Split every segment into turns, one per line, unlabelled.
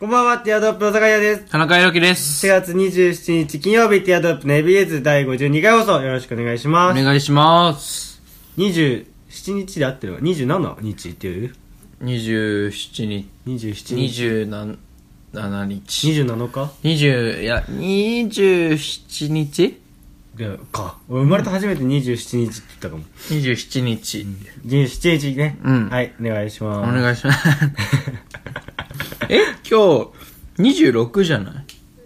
こんばんは、ティアドロップの坂井です。
田中裕樹です。
4月27日金曜日、ティアドロップの ABS 第52回放送、よろしくお願いします。
お願いします。
27日で合ってるの ?27 日っていう
27日。
27日。
27日。
27日
27日
か。俺生まれて初めて27日って言ったかも。
27日。
27日ね。
うん。
はい、お願いします。
お願いします。今日、26じゃない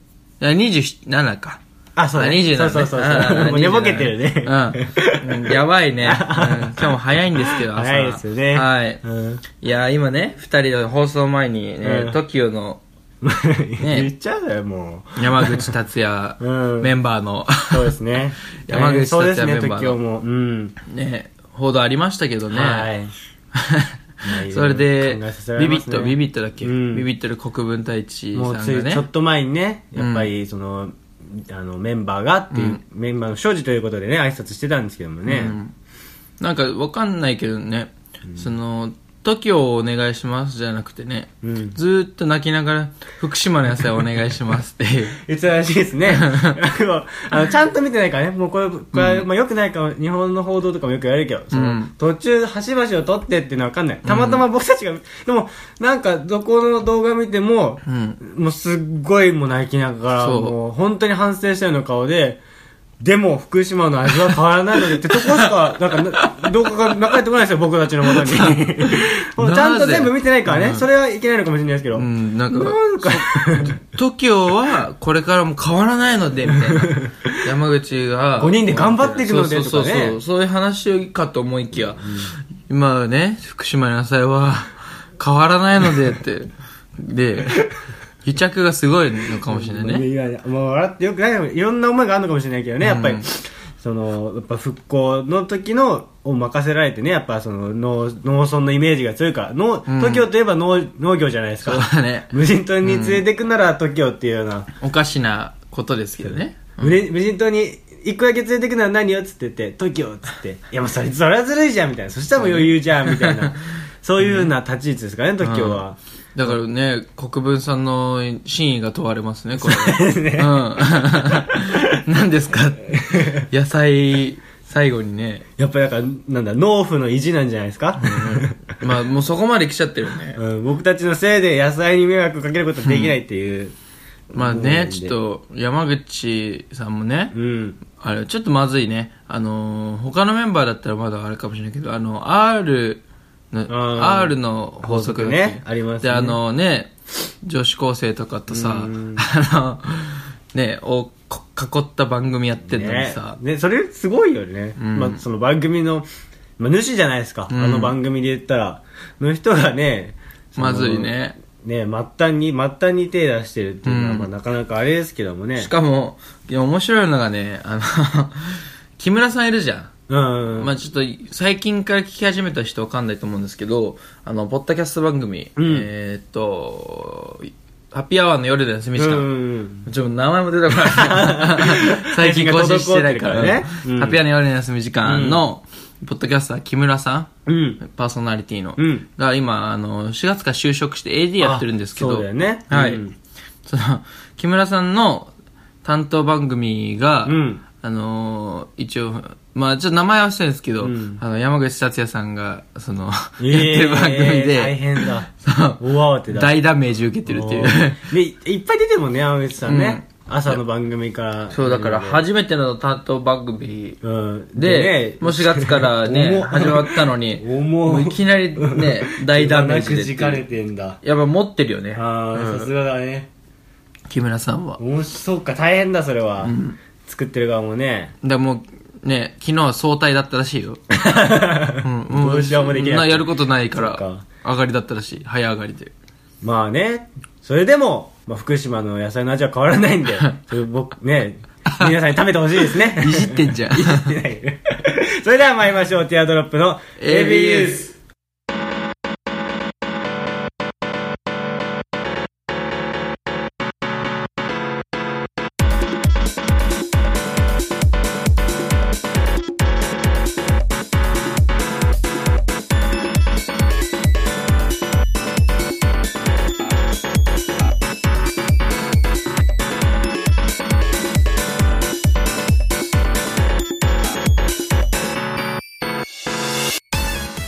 27か。
あ、そうだ、ね。27、ね。そう。もう寝ぼけてるね。
うん。やばいね。今日も早いんですけど、朝。
早いですよね。
はい。いや、今ね、二人で放送前にね、TOKIO の、
言っちゃうよ、も
う。山口達也メンバーの。
そうですね。
山口達也メンバーの。
TOKIO も。
ね、報道ありましたけどね。
はい。
それで、ビビットだっけ、ビビットで国分太一さんがね。もうつい
ちょっと前にね、やっぱりその、メンバーがっていう、メンバーの所持ということでね、挨拶してたんですけどもね。
なんかわかんないけどね、その、TOKIOをお願いしますじゃなくてね、ずーっと泣きながら、福島の野菜をお願いしますっていう。
言ってたらしいですね。ちゃんと見てないからね、もうこれまあよくないかも、日本の報道とかもよく言われるけど、その途中、端々を撮ってっていうのはわかんない。たまたま僕たちが、でも、なんか、どこの動画見ても、もうすっごいもう泣きながら、もう本当に反省したような顔で、でも、福島の味は変わらないのでってとこしか、なんか、動画が流れてこないですよ、僕たちのもとに。ちゃんと全部見てないからね、それはいけないのかもしれないですけど。
なんか、TOKIO はこれからも変わらないので、みたいな。山口が。
5人で頑張っていくので、とかね。
そういう話かと思いきや、今はね、福島の野菜は変わらないのでって。で、癒着がすごいのかもしれないね。
いや、もう笑ってよくない。いろんな思いがあるのかもしれないけどね、やっぱり。その、やっぱ復興の時の、を任せられてね、やっぱその農村のイメージが強いから、TOKIO といえば農業じゃないですか。
そうだね。
無人島に連れてくなら TOKIO っていうような。
おかしなことですけどね。
無人島に一個だけ連れてくなら何よっつってて、TOKIO っつって。いやもうそれはずるいじゃんみたいな。そしたらもう余裕じゃんみたいな。そういうような立ち位置ですからね、TOKIO は。
だからね、国分さんの真意が問われますね、これは。何ですか野菜、最後にね。
やっぱりなんだ、農夫の意地なんじゃないですか。
まあ、もうそこまで来ちゃってるね。
僕たちのせいで野菜に迷惑かけることはできないっていう。
まあね、ちょっと、山口さんもね、あれ、ちょっとまずいね。他のメンバーだったらまだあれかもしれないけど、R の法則だっけ
ね、ありますね。
で、女子高生とかとさ、ね、囲った番組やってんのにさ。
ね、それすごいよね。まあ、その番組の、まあ、主じゃないですか。あの番組で言ったら、の人がね、
まずいね。
ね、末端に手出してるっていうのは、まあ、なかなかあれですけどもね。
しかも、面白いのがね、木村さんいるじゃん。まあちょっと最近から聞き始めた人わかんないと思うんですけど、ポッドキャスト番組、ハッピーアワーの夜の休み時間。名前も出てこない。最近更新してないからね。ハッピーアワーの夜の休み時間の、ポッドキャスター木村さん、パーソナリティの、が今、4月から就職して AD やってるんですけど、
そうだよね。
はい。その、木村さんの担当番組が、一応、まあちょっと名前はしてるんですけど、山口達也さんが、やってる番組で、
大変だ。
大ダメージ受けてるっていう。
で、いっぱい出てるもんね、山口さんね。朝の番組から。
そう、だから初めての担当番組で、もう4月からね、始まったのに、もういきなりね、大ダメージで。
くじかれてんだ。
やっぱ持ってるよね。
さすがだね。
木村さんは。
そうか、大変だ、それは。作ってる側もね。
もう、ね、昨日は早退だったらしいよ。
どうしようもできない。
やることないから、上がりだったらしい。早上がりで。
まあね、それでも、福島の野菜の味は変わらないんで、僕ね、皆さんに食べてほしいですね。
いじってんじゃん。
いじってない。それでは参りましょう、ティアドロップの ABUs。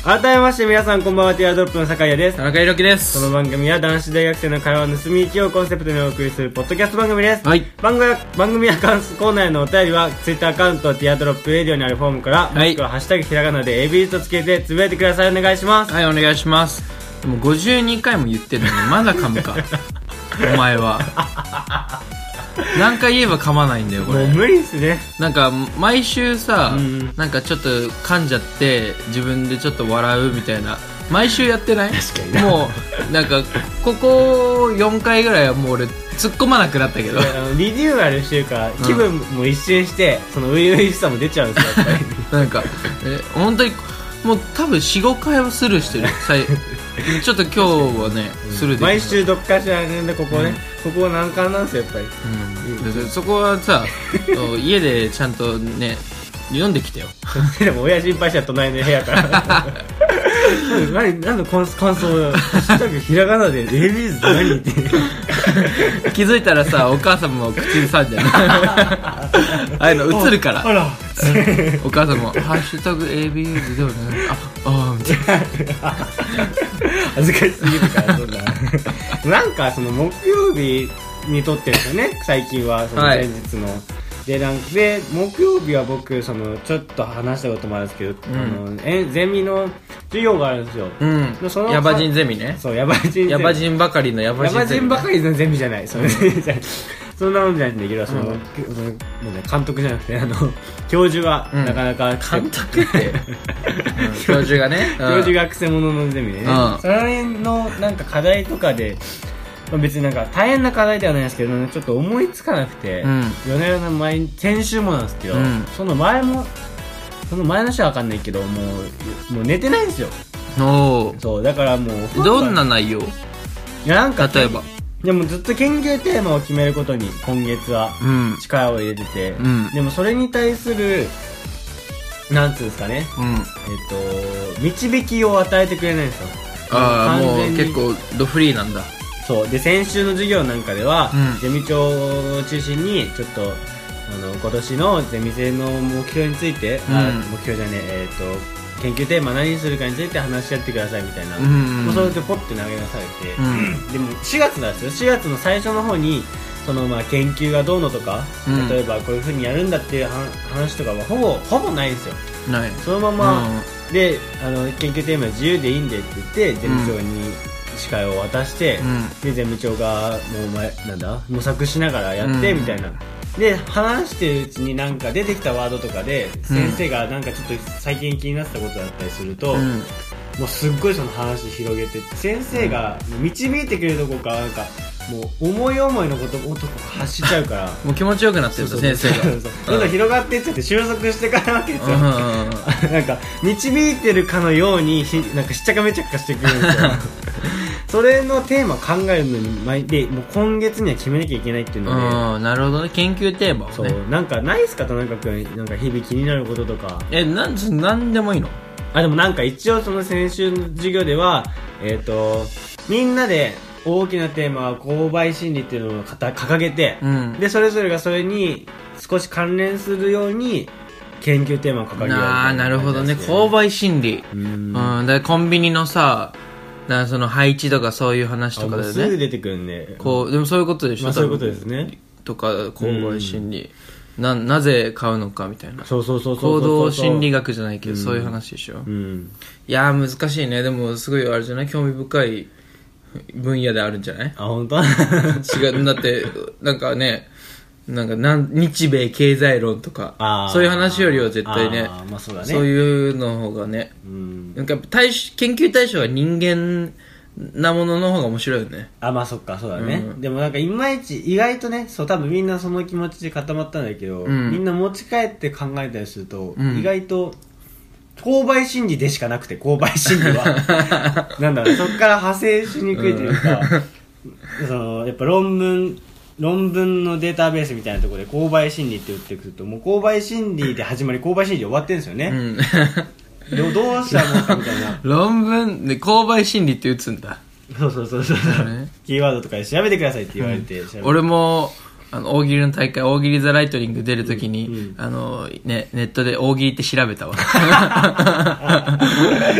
改めまして皆さんこんばんは。ティアドロップの酒井です。
田中裕樹です。
この番組は男子大学生の会話の盗み行きをコンセプトにお送りするポッドキャスト番組です。
はい。
番組や関数コーナーへのお便りは Twitter アカウントティアドロップレディオにあるフォームから、もしくはハッシュタグひらがなで ABZ とつけてつぶやいてください。お願いします。
はい、お願いします。でも52回も言ってるのにまだ噛むかお前は何回言えば噛まないんだよこれ。
もう無理っすね。
なんか毎週さ、なんかちょっと噛んじゃって自分でちょっと笑うみたいな毎週やってない？
確かに
もうなんかここ4回ぐらいはもう俺突っ込まなくなったけど
リニューアルしてるから気分も一瞬して、その初々しさも出ちゃうんですよやっぱり
なんか本当にもう多分 4,5 回はスルーしてるちょっと今日はねスルーできない。
毎週どっかしらね、ここね、ここ難関なんですよやっぱり、
そこはさ家でちゃんとね読んできてよ
でも親心配したら隣の部屋から何の感想ハッシュタグひらがなで ABZ って何って
気づいたらさお母さんも口ずさんじゃんああいうの映るから
あら
お母さんもハッシュタグ ABZ でもねあみたいな
恥ずかしすぎるからそんななんかその木曜日に撮ってるんですよね最近はその前日の、で木曜日は僕そのちょっと話したこともあるんですけど、ゼミの授業があるんですよ、その
ヤバ人ゼミね。
そうヤバ人
ばかりのヤバ人ゼミ、
ばかりのゼミじゃない、それゼミじゃないそんなもんじゃないんだけど、その監督じゃなくて教授がなかなか
監督って教授がね
教授がくせ者のゼミでね、それのなんか課題とかで別になんか大変な課題ではないですけど、ちょっと思いつかなくて、夜な夜な前に先週もなんですけど、その前の週は分かんないけどもう寝てないんですよ。そうだからもう
どんな内容？
いやなんか
例えば
でもずっと研究テーマを決めることに今月は力を入れてて、でもそれに対するなんつうんですかね、導きを与えてくれないんですよ。
もう結構ドフリーなんだ。
そうで先週の授業なんかでは、ゼミ長を中心にちょっと今年のゼミ生の目標について、目標じゃねえ研究テーマ何にするかについて話し合ってくださいみたいな、もうそれでポッて投げ出されて、でも4月なんですよ。4月の最初の方にその研究がどうのとか、例えばこういう風にやるんだっていう話とかはほぼないんですよ。ないそのまま、で研究テーマは自由でいいんでって言ってゼミ長に司会を渡して、でゼミ長が模索しながらやってみたいな、で話してるうちになんか出てきたワードとかで先生がなんかちょっと最近気になってたことだったりすると、もうすっごいその話広げて先生が導いてくれるとこからなんかもう思い思いのことを発しちゃうから
もう気持ちよくなってるんだ先生が
どんどん広がっていっちゃって収束してからわけですよなんか導いてるかのようになんかしっちゃかめちゃかしてくるんですよそれのテーマ考えるのにでもう今月には決めなきゃいけないっていうので、
なるほどね、研究テーマをね。
そうなんかないっすか田中君、なんか日々気になることとか。
なんでもいいの？
でもなんか一応その先週の授業ではみんなで大きなテーマは購買心理っていうのを掲げて、でそれぞれがそれに少し関連するように研究テーマを掲げる。
なるほどね、購買心理。だからコンビニのさ、その配置とかそういう話とかだよね。
すぐ出てくるんで。
でもそういうことでしょ。
そういうことですね。
とか購買心理。なぜ買うのかみたいな。
そう行
動心理学じゃないけど、そういう話でしょ。いや難しいね。でもすごいあれじゃない、興味深い分野であるんじゃない？
本当？
違う、だってなんかね、日米経済論とかそういう話よりは絶対ね、そういうの方がね、なんか研究対象は人間なものの方が面白いよね。
そっか、そうだね。でもなんかいまいち意外とね、そう多分みんなその気持ちで固まったんだけど、みんな持ち帰って考えたりすると、意外と購買心理でしかなくて、購買心理はなんだろう、そっから派生しにくいというかやっぱ論文のデータベースみたいなところで購買心理って打ってくると、もう購買心理で始まり購買心理で終わってるんですよね。どうしたのかみたいな
論文で購買心理って打つんだ。
そう、キーワードとかで調べてくださいって言われて、
俺も大喜利の大会、大喜利ザライトニング出るときに、ネットで大喜利って調べたわ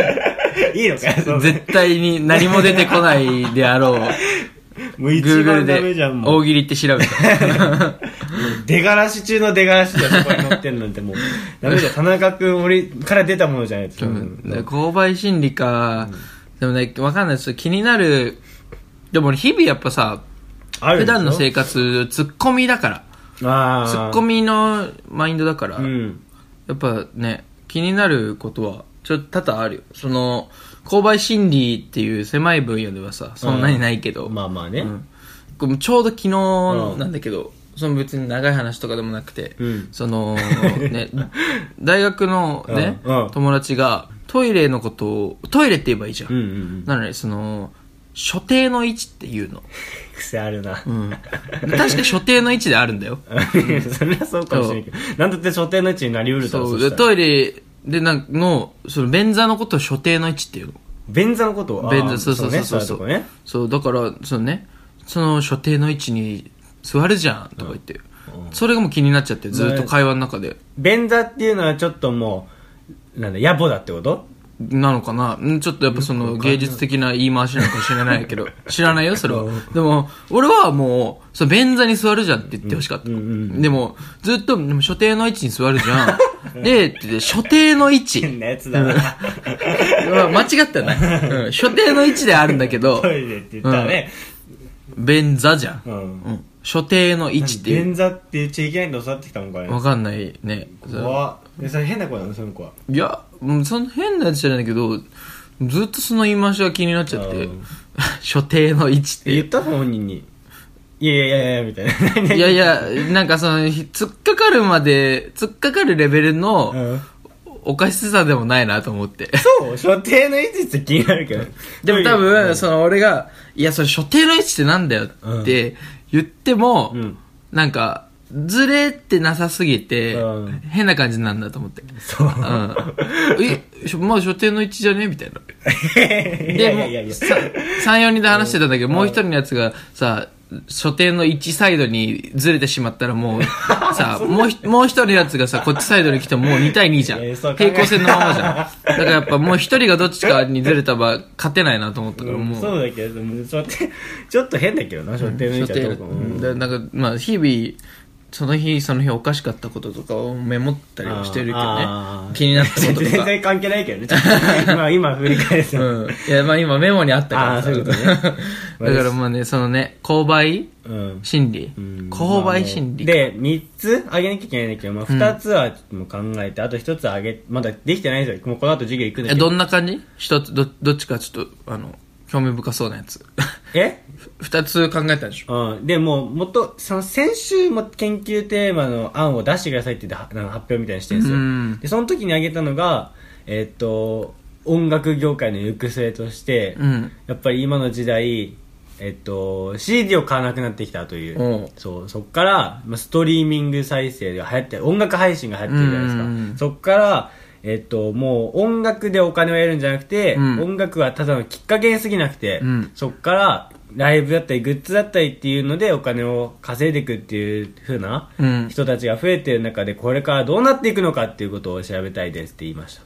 いいのかよ、
絶対に何も出てこないであろう。
もう一番ダメじゃん、もう。
大喜利って調べた。
出がらし中の出がらしでそこに載ってんなんてもう、ダメだよ。田中くん俺から出たものじゃないですか。
購買心理か。でもね、わかんないです。気になる。でも日々やっぱさ、普段の生活、ツッコミだから。ツッコミのマインドだから、やっぱね、気になることは、ちょっと多々あるよ。その、購買心理っていう狭い分野ではさ、そんなにないけど。
まあまあね。
ちょうど昨日なんだけど、その別に長い話とかでもなくて、その、ね、大学のね、友達がトイレのことを、トイレって言えばいいじゃん。なので、その、所定の位置っていうの。
癖あるな。
確か所定の位置であるんだよ。
それはそうかもしれないけど。なんだって所定の位置になりうるだろう。
そう、トイレでその便座のことを所定の位置っていうの。
便座のことを
便座、そう。そう、だから、その所定の位置に座るじゃんとか言って。それがもう気になっちゃって、ずっと会話の中で。
便座っていうのはちょっともう、なんだ、野暮だってこと
なのかな。ちょっとやっぱその芸術的な言い回しなのかもしれないけど、知らないよ、それは。でも、俺はもう、便座に座るじゃんって言ってほしかった。でも、ずっと、でも所定の位置に座るじゃん。で、所定の位置。
変なやつだな。
間違ったね。所定の位置であるんだけど、
トイレって言ったらね。
便座じゃん。所定の位置っていう。
便座って言っちゃいけないんで教わってきたのかね。
わかんないね。
怖っ。それ変な子なの、その子は。
いや、その変なやつじゃないけど、ずっとその言い回しが気になっちゃって、所定の位置って。
言った本人に。いや、みたいな。
いや、なんかその、突っかかるレベルの、おかしさでもないなと思って。
そう所定の位置って気になるけど。
でも多分、その俺が、いや、それ所定の位置ってなんだよって言っても、なんか、ずれってなさすぎて、変な感じなんだと思って。
そう。
まあ所定の位置じゃねみたいな。で、もう、3、4人で話してたんだけど、もう一人のやつがさ、所定の1サイドにずれてしまったらもう、さ、もう一人のやつがさ、こっちサイドに来てももう2対2じゃん。平行線のままじゃん。だからやっぱもう一人がどっちかにずれた場勝てないなと思ったからもう。
そうだけど、ちょっと変だけどな、所定の位置はどうか。
なんか、まあ日々、その日おかしかったこととかをメモったりはしてるけどね。気になったこととか。
全然関係ないけどね。今振り返ると。
いや、まあ今メモにあったから。
そういうことね。
だからまあね、そのね、購買心理。購買心理。
で、3つあげなきゃいけないんだけど、まあ2つはもう考えて、あと1つまだできてないんですよ。もうこの後授業行くんだけど。
どんな感じ一つ、どっちかちょっと、興味深そうなやつ。二つ考えたでしょ。
で、その先週も研究テーマの案を出してくださいって言って発表みたいにしてるんですよ。で、その時に挙げたのが、音楽業界の行く末として、やっぱり今の時代、CD を買わなくなってきたという。そっから、ストリーミング再生が流行って、音楽配信が流行ってるじゃないですか。そっから、もう音楽でお金を得るんじゃなくて、音楽はただのきっかけに過ぎなくて、そっからライブだったりグッズだったりっていうのでお金を稼いでいくっていう風な人たちが増えてる中で、これからどうなっていくのかっていうことを調べたいですって言いました。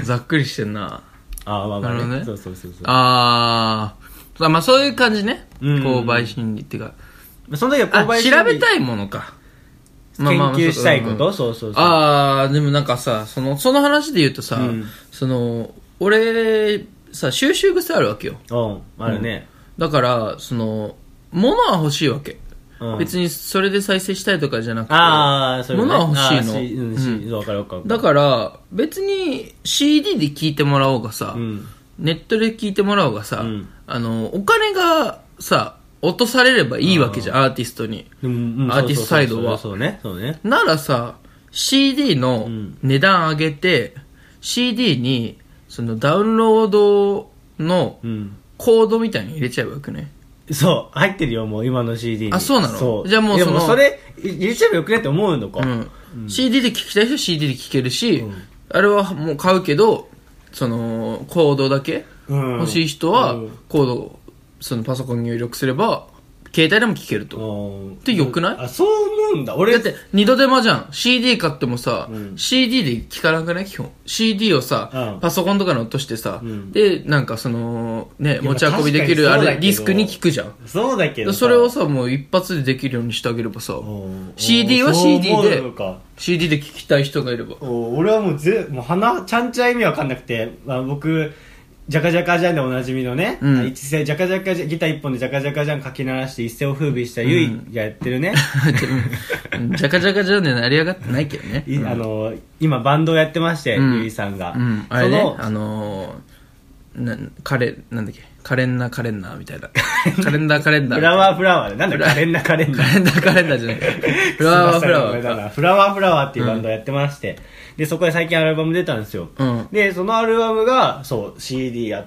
ざっくりしてんな。
まあね。そう。
まあそういう感じね。購買心理っていうか。
その時は購買心理。
調べたいものか。
研究したいこと、そう。
でもなんかさ、その話で言うとさ、俺、さ、収集癖あるわけよ。
あるね。
だから、物は欲しいわけ。別にそれで再生したいとかじゃなくて、物は欲しいの。
わかる。
だから、別に CD で聴いてもらおうがさ、ネットで聴いてもらおうがさ、お金がさ、落とされればいいわけじゃん、アーティストに。アーティストサイドは。
そうね。
ならさ、CD の値段上げて、CD に、ダウンロードのコードみたいに入れちゃうわけね。
そう、入ってるよ、もう今の CD に。
そうなの？じゃあもう
それ、入れちゃえばよくねって思うのか。
CD で聴きたい人は CD で聴けるし、あれはもう買うけど、コードだけ欲しい人は、コードを、パソコンに入力すれば、携帯でも聴けると。ってよくない？
そう思ううんだ。俺
だって二度手間じゃん。 CD 買ってもさ、CD で聴かなくない基本 CD をさ、パソコンとかに落としてさ、でなんかそのね持ち運びできるあれディスクに聴くじゃん。
そうだけど
それをさもう一発でできるようにしてあげればさ、 CD は CD で聴きたい人がいれば。
俺はもうちゃんちゃ意味わかんなくて、僕ジャカジャカジャンでおなじみのね、一世ジャカジャカギター一本でジャカジャカジャンかき鳴らして一世を風靡したゆいがやってるね、
ジャカジャカジャンで成り上がってないけどね、
今バンドをやってまして、ゆいさんが、
あれねなんだっけカレンダーみたいなカレンダー
フラワーでなんだカレンダー
じゃないフラワ
ーっていうバンドをやってまして、でそこで最近アルバム出たんですよ、でそのアルバムがそう CD やって、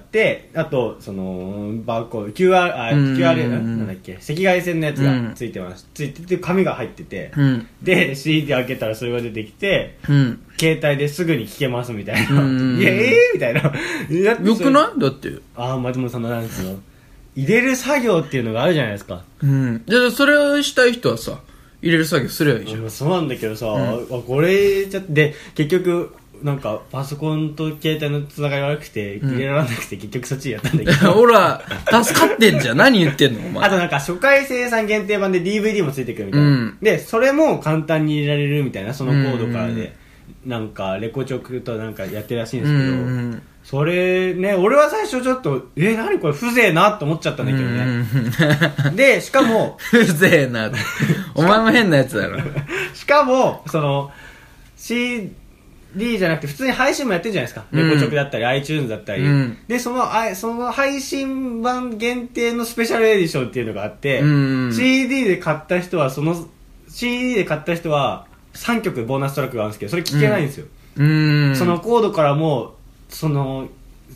あとそのバーコード QR なんだっけ赤外線のやつがついてて紙が入ってて、で CD 開けたらそれが出てきて、携帯ですぐに聴けますみたいな、いやみたいな
よくないだって。
まあでもそのなんですよ、入れる作業っていうのがあるじゃないですか。
じゃあそれをしたい人はさ入れる作業すればいいじゃん。
そうなんだけどさ、これちゃって結局なんかパソコンと携帯のつながり悪くて入れられなくて、結局そっちやったんだけど
ほら助かってんじゃん。何言ってんのお前。
あとなんか初回生産限定版で DVD もついてくるみたいな、でそれも簡単に入れられるみたいな、そのコードからで、なんかレコチョクとなんかやってるらしいんですけど、それね、俺は最初ちょっと何これ風情なって思っちゃったんだけどねでしかも
風情なお前も変なやつだろ
しかもその CD じゃなくて普通に配信もやってるじゃないですか、レコチョクだったり iTunes だったり、でその配信版限定のスペシャルエディションっていうのがあって、CD で買った人はCD で買った人は3曲ボーナストラックがあるんですけど、それ聴けないんですよ、そのコードからもその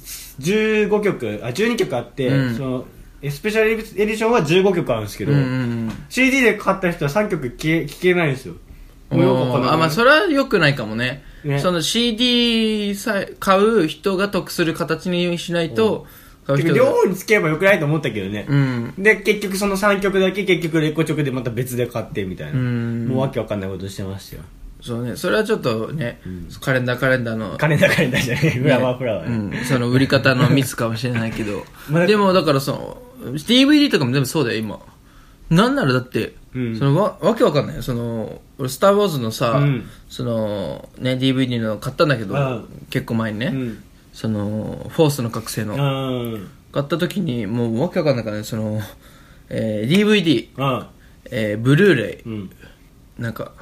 12曲あって、そのスペシャルエディションは15曲あるんですけど、CD で買った人は3曲聴けないんですよ。もうよくわかんない。
まあそれは良くないかもね。その CD 買う人が得する形にしないと、
両方につければよくないと思ったけどね、で結局その3曲だけ結局レコチョクでまた別で買ってみたいな、もうわけわかんないことしてましたよ。
そうね、それはちょっとね、カレンダーの
カレンダーじゃないフラワーね、
その売り方のミスかもしれないけどでもだからその DVD とかも全部そうだよ今。なんならだって、そのわけわかんないよ。その俺スターウォーズのさ、そのね DVD の買ったんだけど、結構前にね、そのフォースの覚醒の買った時にもうわけわかんないからね、その、DVD、ブルーレイ、なんか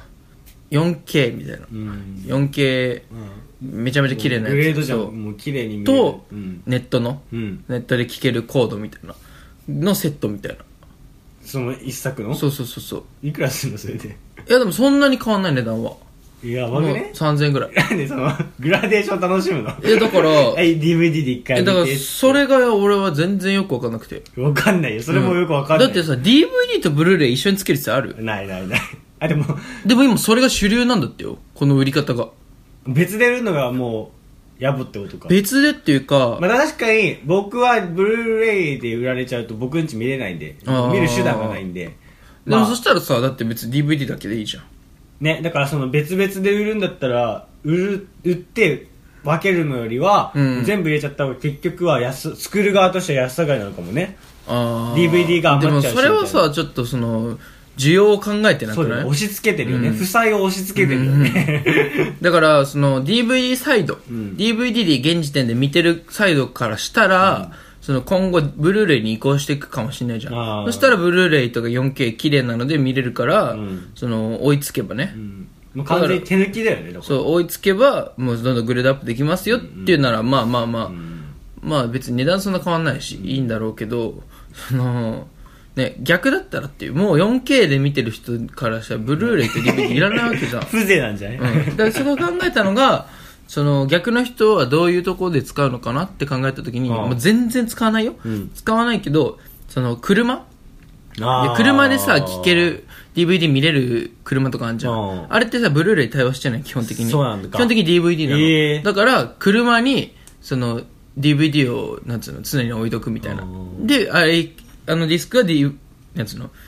4K みたいな、4K、めちゃめちゃ綺麗なやつ、
グレードじゃん、もう綺麗に見える
と、ネットで聴けるコードみたいなのセットみたいな、
その一作の
そう
いくらするのそれで。
いやでもそんなに変わんない値段は。
いやばくね、
3000円ぐらい。
なんでそのグラデーション楽しむの。
いやだから
DVD で一回見て、
だからそれが俺は全然よく分かんなくて。
分かんないよ、それもよく分かんない、
だってさ DVD とブルーレイ一緒につける必要ある？
ないでも
今それが主流なんだってよ、この売り方が。
別で売るのがもうやぼってことか。
別でっていうか、
まあ確かに僕はブルーレイで売られちゃうと僕んち見れないんで、見る手段がないんで、
でもそしたらさ、だって別に DVD だけでいいじゃん
ね。だからその別々で売るんだったら売って分けるのよりは、全部入れちゃった方が結局は作る側としては安上がりなのかもね。DVD が余っちゃうし。
でもそれはさちょっとその需要を考えてなくない？そうだよ、
押し付けてるよね、負債を押し付けてるよね、
だからその DVD サイド、DVD で現時点で見てるサイドからしたら、その今後ブルーレイに移行していくかもしれないじゃん。そしたらブルーレイとか 4K 綺麗なので見れるから、その追いつけばね、
もう完全に手抜きだよね。だから
そう追いつけばもうどんどんグレードアップできますよっていうなら、まあ別に値段そんな変わんないし、いいんだろうけど、そのね、逆だったらっていう、もう 4K で見てる人からしたらブルーレイと DVD いらないわけじゃん。
風情なんじゃない、
だからそれを考えたのが、その逆の人はどういうところで使うのかなって考えた時に、もう全然使わないよ、使わないけど、その車でさ聴ける DVD 見れる車とかあるじゃん。あれってさブルーレイ対応してない、基本的に。
そうなんだか。
基本的に DVD なの、だから車にその DVD をなんつうの常に置いとくみたいな。であのディスクがなんつうの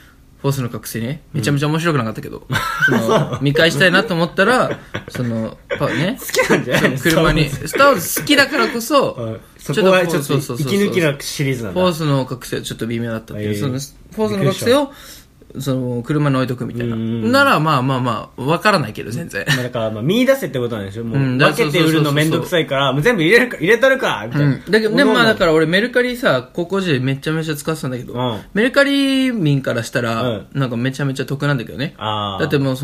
フォースの覚醒ね、めちゃめちゃ面白くなかったけど、見返したいなと思ったら、ね、
好きなんじゃないの？
車に、スター・ウォーズ好きだからこそ、
そこはちょっと息抜きのシリーズなんだ。
フォースの覚醒はちょっと微妙だったっていう、フォースの覚醒を、車に置いとくみたいな。なら、まあ、わからないけど、全然。
だから、見出せってことなんでしょ？もう、分けて売るのめんどくさいから、もう全部入れとるかみたいな。
だけど、でもだから俺メルカリさ、高校時代めちゃめちゃ使ってたんだけど、メルカリ民からしたら、なんかめちゃめちゃ得なんだけどね。だってもう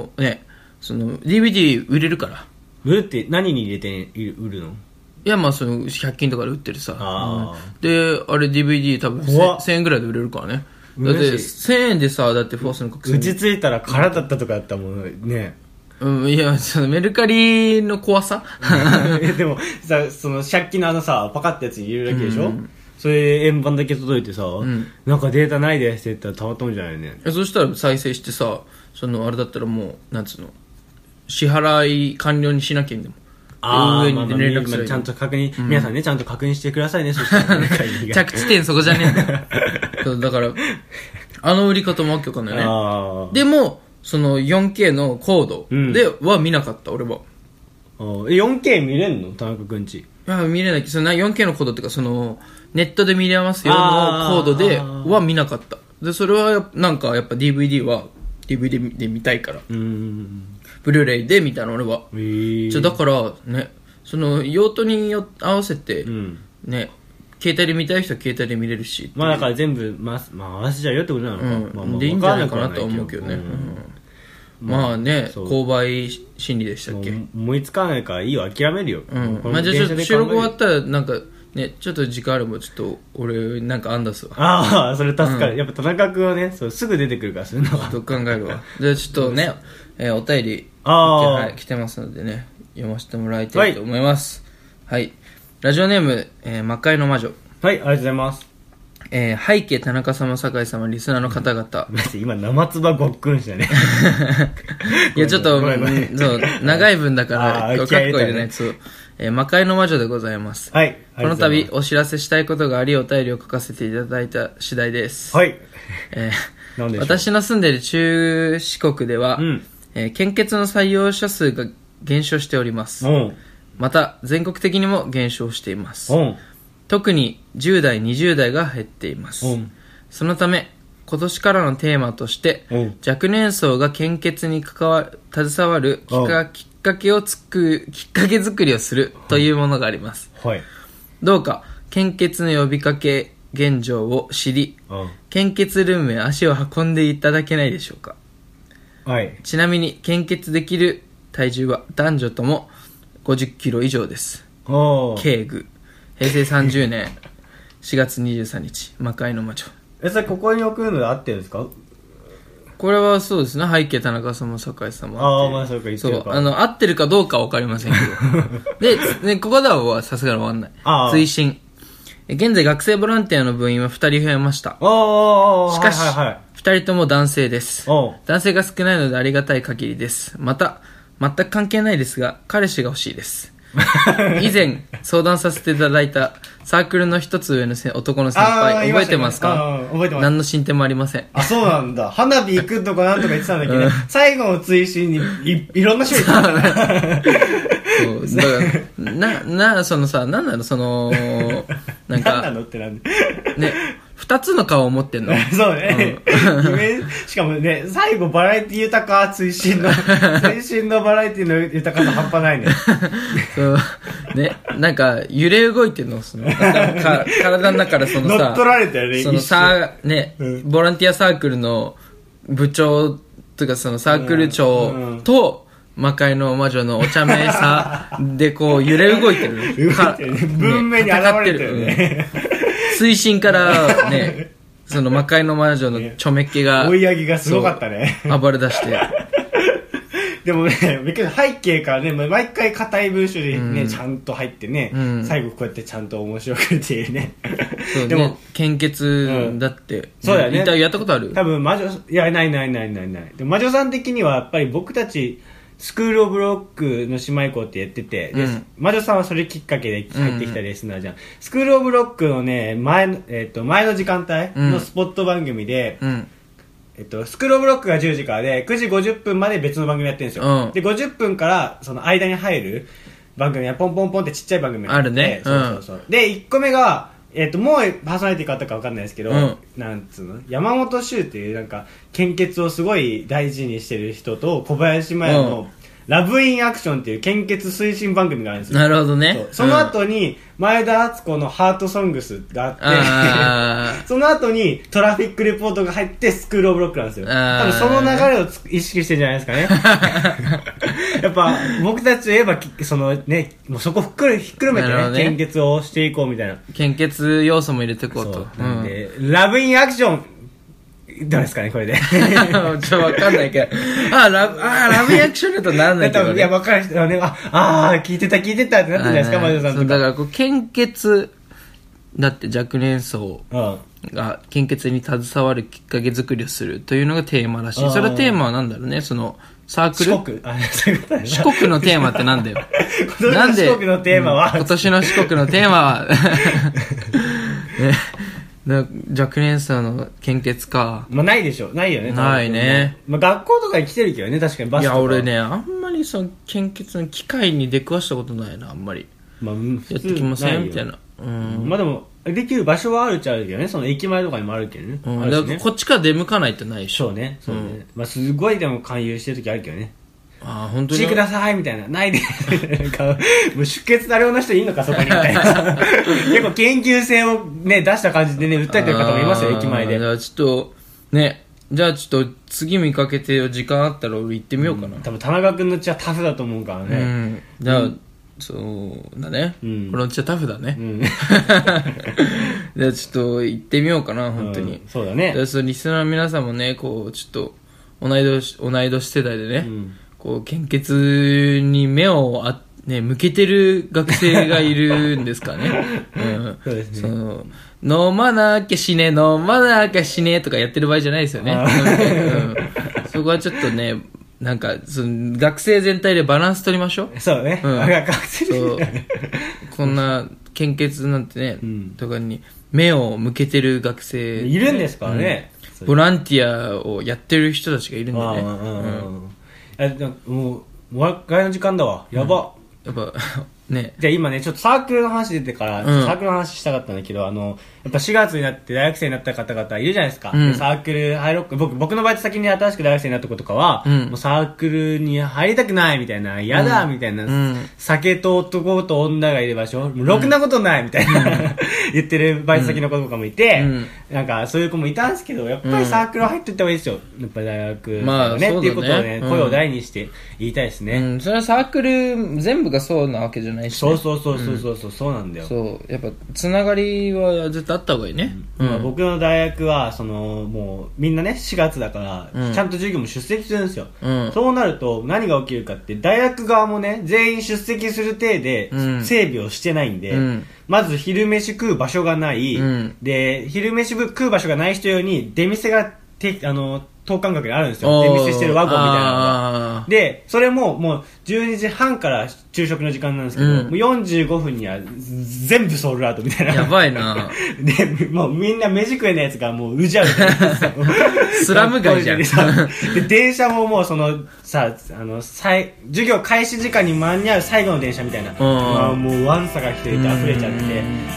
DVD 売れるから。
売るって何に入れて売るの？
いや、まあ100均とかで売ってるさ。で、あれ DVD 多分1000円ぐらいで売れるからね。だって1000円でさ、だってフォースの覚醒
打ちついたら空だったとかやったもんね。
いや、メルカリの怖さ
でもさ、借金のさ、パカってやつに入れるだけでしょ？それ円盤だけ届いてさ、なんかデータないですって言ったらたまったもんじゃないよね。
そしたら再生してさ、あれだったらもう、なんつうの、支払い完了にしなきゃいいんだもん。
上に連絡する。ちゃんと確認、皆さんね、ちゃんと確認してくださいね、そしたら
着地点そこじゃねえんだよ。だから、売り方もわけわかんないね。でも、4K のコードでは見なかった、俺は。
4K 見れんの？田中くんち。
いや、見れないけど、4K のコードっていうか、ネットで見れますよのコードでは見なかった。で、それは、なんか、やっぱ DVD は、DVD で見たいから。ブルーレイで見たの、俺は。だから、ね、用途に合わせて、ね、携帯で見たい人は携帯で見れるし。
まあだから全部、合わせちゃうよってことなのか。
でいいんじゃないかなとは思うけどね。まあね、購買心理でしたっけ？
思いつかないからいいよ、諦めるよ。
まあじゃあちょっと収録終わったら、なんか、ね、ちょっと時間あればちょっと俺なんか案出すわ。
ああ、それ助かる。やっぱ田中君はね、すぐ出てくるからそういうのは。
ちょっと考えるわ。じゃあちょっとね、お便り、来てますのでね、読ませてもらいたいと思います。はい。ラジオネーム、魔界の魔女。
はい、ありがとうございます。
背景田中様、酒井様、リスナーの方々。
今、生つばごっくんしたね。
いや、ちょっと、長い分だから、かっこ入れないやつを。魔界の魔女でございます。
はい。
この度、お知らせしたいことがあり、お便りを書かせていただいた次第です。
はい。
私の住んでいる中四国では、献血の採用者数が減少しております。また、全国的にも減少しています。特に10代、20代が減っています。そのため、今年からのテーマとして、若年層が献血に携わるきっかけ作りをするというものがあります。どうか、献血の呼びかけ現状を知り、献血ルームへ足を運んでいただけないでしょうか。ちなみに、献血できる体重は男女とも50キロ以上です。軽具。平成30年4月23日、魔界の魔女。
それここに置くので合ってるんですか？
これはそうですね、背景田中様、酒井様。
まあそうか、言ってるか。
合ってるかどうかは分かりませんけど。で、ここではさすがに終わんない。推進。現在学生ボランティアの部員は2人増えました。しかし、2人とも男性です。男性が少ないのでありがたい限りです。また、全く関係ないですが、彼氏が欲しいです。以前相談させていただいたサークルの一つ上の男の先輩覚えてますか？
覚えてます。
何の進展もありません。
そうなんだ。花火行くとかなんとか言ってたんだけど、最後の追伸にいろんな種類いたんだ。
そうだからなんなのなんか
何なのってなんで
ね、二つの顔を持ってんの。
そうね。しかもね、最後バラエティ豊か、追伸のバラエティの豊かさ半端ないね。
そうね、なんか揺れ動いてんの、体の中から
乗っ取られたよね。
ボランティアサークルの部長というかサークル長と、魔界の魔女のお茶目さでこう揺れ動いてる。
文明に現れてるね。
水深からね、魔界の魔女のちょめっ気が
追い上げがすごかったね。
暴れ出して。
でもね、背景からね、毎回硬い文章でね、ちゃんと入ってね、最後こうやってちゃんと面白くっていうね。
そうでも献血だって。
そうだよね。
やったことある？
多分魔女、いや、ない。で魔女さん的にはやっぱり僕たち、スクールオブロックの姉妹校ってやってて、魔女さんはそれきっかけで入ってきたレスナーじゃん。スクールオブロックのね、前の時間帯のスポット番組で、 スクールオブロックが10時からで、9時50分まで別の番組やってるんですよ。で、50分から、その間に入る番組はポンポンポンってちっちゃい番組
あるね。
そう。で、1個目が、もうパーソナリティ変わったか分かんないですけど、なんつうの、山本修っていうなんか、献血をすごい大事にしてる人と、小林麻也の、ラブインアクションっていう献血推進番組があるんですよ。
なるほどね。
その後に、前田敦子のハートソングスがあって、その後にトラフィックレポートが入ってスクールオブロックなんですよ。多分その流れを意識してるんじゃないですかね。やっぱ僕たちといえば、そのね、もうそこひっくるめてね、献血をしていこうみたいな。
献血要素も入れていこうと。
なんで、ラブインアクション、どうですかね、これで。
ちょっとわかんないけど。ラブインアクションだとならないけど、ね。
いや、わかる人はね、聞いてたってなってるじゃないですか、マジさんとか。
だから、献血、だって若年層が献血に携わるきっかけ作りをするというのがテーマらしい。それはテーマはなんだろうね、その、サークル四国のテーマってなんだよ。
なんで四国のテーマは、
今年の四国のテーマは、若年層の献血か。
まあないでしょ。ないよね。
ないね。
まあ学校とかに来てるけどね、確かにバスとか。
いや、俺ね、あんまりその献血の機会に出くわしたことないな、あんまり。
まあ、
やってきませんみたいな。
まあでも、できる場所はあるっちゃあるけどね。その駅前とかにもあるけどね。
だからこっちから出向かないってないでしょ。
そうね。まあすごいでも勧誘してる時あるけどね。
本当に。
来てくださいみたいな。ないで。なんか、もう出血多量の人いいのか、そこにみたいな。結構研究性をね、出した感じでね、訴えてる方もいますよ、駅前で。
じゃあちょっと、ね、次見かけて時間あったら俺行ってみようかな。
多分田中君の血はタフだと思うからね。
じゃあ、そうだね。この血はタフだね。じゃあちょっと行ってみようかな、本当に。
そうだね。
リスナーの皆さんもね、こう、ちょっと、同い年世代でね、こう献血に目を向けてる学生がいるんですかね。
そうですね。
飲まなきゃ死ねとかやってる場合じゃないですよね。そこはちょっとね、なんか学生全体でバランス取りましょう。
そうね。学生
こんな献血なんてね、とかに目を向けてる学生
いるんですからね。
ボランティアをやってる人たちがいるんでね。
もうお別れの時間だわ。やば。
やっぱね。
じゃあ今ね、ちょっとサークルの話出てから、サークルの話したかったんだけど、やっぱ4月になって大学生になった方々いるじゃないですか。サークル入ろうか、僕の場合先に新しく大学生になった子とかは、もうサークルに入りたくないみたいな、嫌だみたいな、酒と男と女がいる場所、もうろくなことないみたいな、言ってるバイト先の子とかもいて、なんかそういう子もいたんですけど、やっぱりサークル入っていった方がいいですよ。やっぱり大学ね、っていうことをね、声を大にして言いたいですね。
それはサークル全部がそうなわけじゃないし、
そうそうなんだよ。
そう、やっぱつながりは絶対あった方がいいね。
僕の大学はもうみんなね4月だから、ちゃんと授業も出席するんですよ。そうなると何が起きるかって、大学側もね全員出席する体で整備をしてないんで、まず昼飯食う場所がない、で昼飯食う場所がない人用に出店が等間隔にあるんですよ。出店してるワゴンみたいなのが。で、それももう12時半から昼食の時間なんですけど、もう45分には全部ソールアウトみたいな。
やばいな。
で、もうみんな飯食えないやつがもううじゃうじゃないですか。
スラム街じゃん。
で、電車ももう授業開始時間に間に合う最後の電車みたいな。もうワンサが一人で溢れちゃって、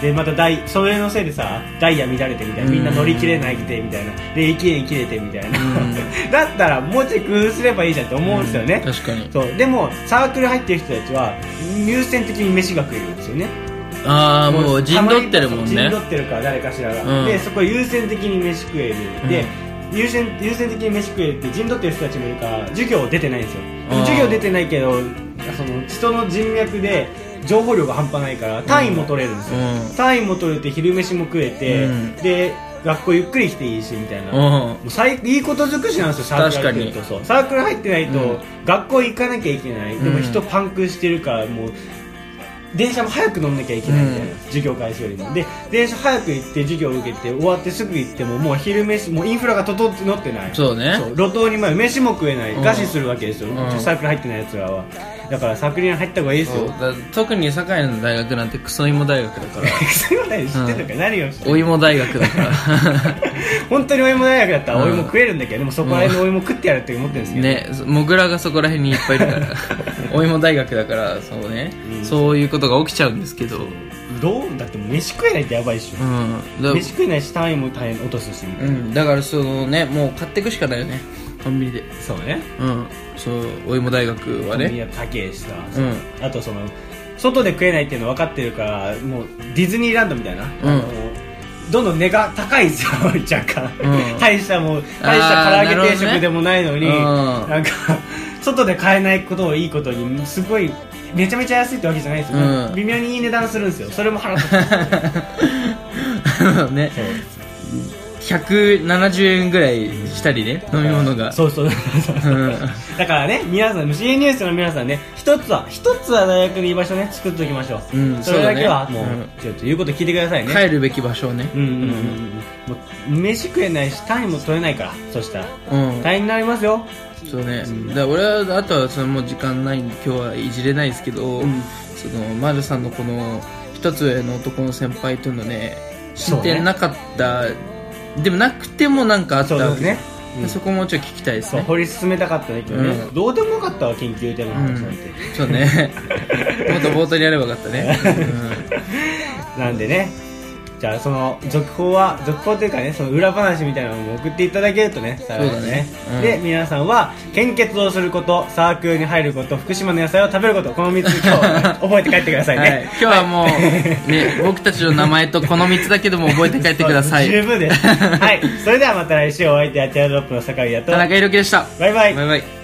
で、またそれのせいでさ、ダイヤ乱れてみたいな。みんな乗り切れなくてみたいな。で、駅に切れてみたいな。だったらもうちょい工夫すればいいじゃんって思うんですよね。
確かに。
そう。でもサークル入ってる人たちは優先的に飯が食えるんですよね。
もう陣取ってるもんね。
陣取ってるから誰かしらが、でそこ優先的に飯食える、で優先的に飯食えるって陣取ってる人たちもいるから授業出てないんですよ。授業出てないけど人の人脈で情報量が半端ないから単位も取れるんですよ。単位も取れて昼飯も食えて、で学校ゆっくり来ていいしみたいな、もういいこと尽くしなんですよ。サークル入ってると。そう、サークル入ってないと、学校行かなきゃいけない、でも人パンクしてるからもう電車も早く乗んなきゃいけないみたいな、授業開始よりも。で電車早く行って授業受けて終わってすぐ行ってももう昼飯もうインフラが整ってない。
そうね。
路頭に迷う、飯も食えない、餓死するわけですよ、サークル入ってないやつらは。だからサークルに入った方がいいですよ。
特に堺の大学なんてクソ芋大学だから。
クソ芋大学知ってんのか、何を知ってんの。
お芋大学だから。
本当にお芋大学だったらお芋食えるんだけど、でもそこら辺のお芋食ってやるって思ってるんですけど
ね、モグラがそこら辺にいっぱいいるからお芋大学だからそうね、そういうことが起きちゃうんですけど、
どうだって飯食えないってやばいっしょ、飯食えないし単位も大変落とすし、
だからそのね、もう買っていくしかないよね、コンビニで。
そうね、
そうお芋大学はね、コンビ
ニは高いしさ、あとその外で食えないっていうの分かってるから、もうディズニーランドみたいな、どんどん値が高いんですよ若干、大した唐揚げ定食でもないのに、なんか外で買えないことをいいことにすごいめちゃめちゃ安いってわけじゃないですよ、微妙にいい値段するんですよ。それも腹立つ
ね、170円ぐらいしたりね、飲み物が。
そうだからね、皆さん CA ニュースの皆さんね、一つは大学に居場所ね作っておきましょう、それだけはもうちょっと言うこと聞いてくださいね。
帰るべき場所をね、
もう飯食えないし単位も取れないから、そしたら大変になりますよ。
そうね、だから俺はあとはそのもう時間ないんで今日はいじれないですけど、その丸さんのこの一つ上の男の先輩とのね進展なかった、でもなくてもなんかあったわけね、そこもちょっと聞きたいですね。
掘り進めたかったね、どうでもよかったわ、研究テーマの話なんて。
そうねもっと冒頭にやればよかったね
なんでね、じゃあその続報というかね、その裏話みたいなのも送っていただけるとね、
そうだね、
で皆さんは献血をすること、サークルに入ること、福島の野菜を食べること、この3つ今日覚えて帰ってくださいね、
今日はもう、ね、僕たちの名前とこの3つだけでも覚えて帰ってください
十分ですはい、それではまた来週お相手はティアドロップの坂井だと
田中裕樹でした。
バイバイ。
バイバイ。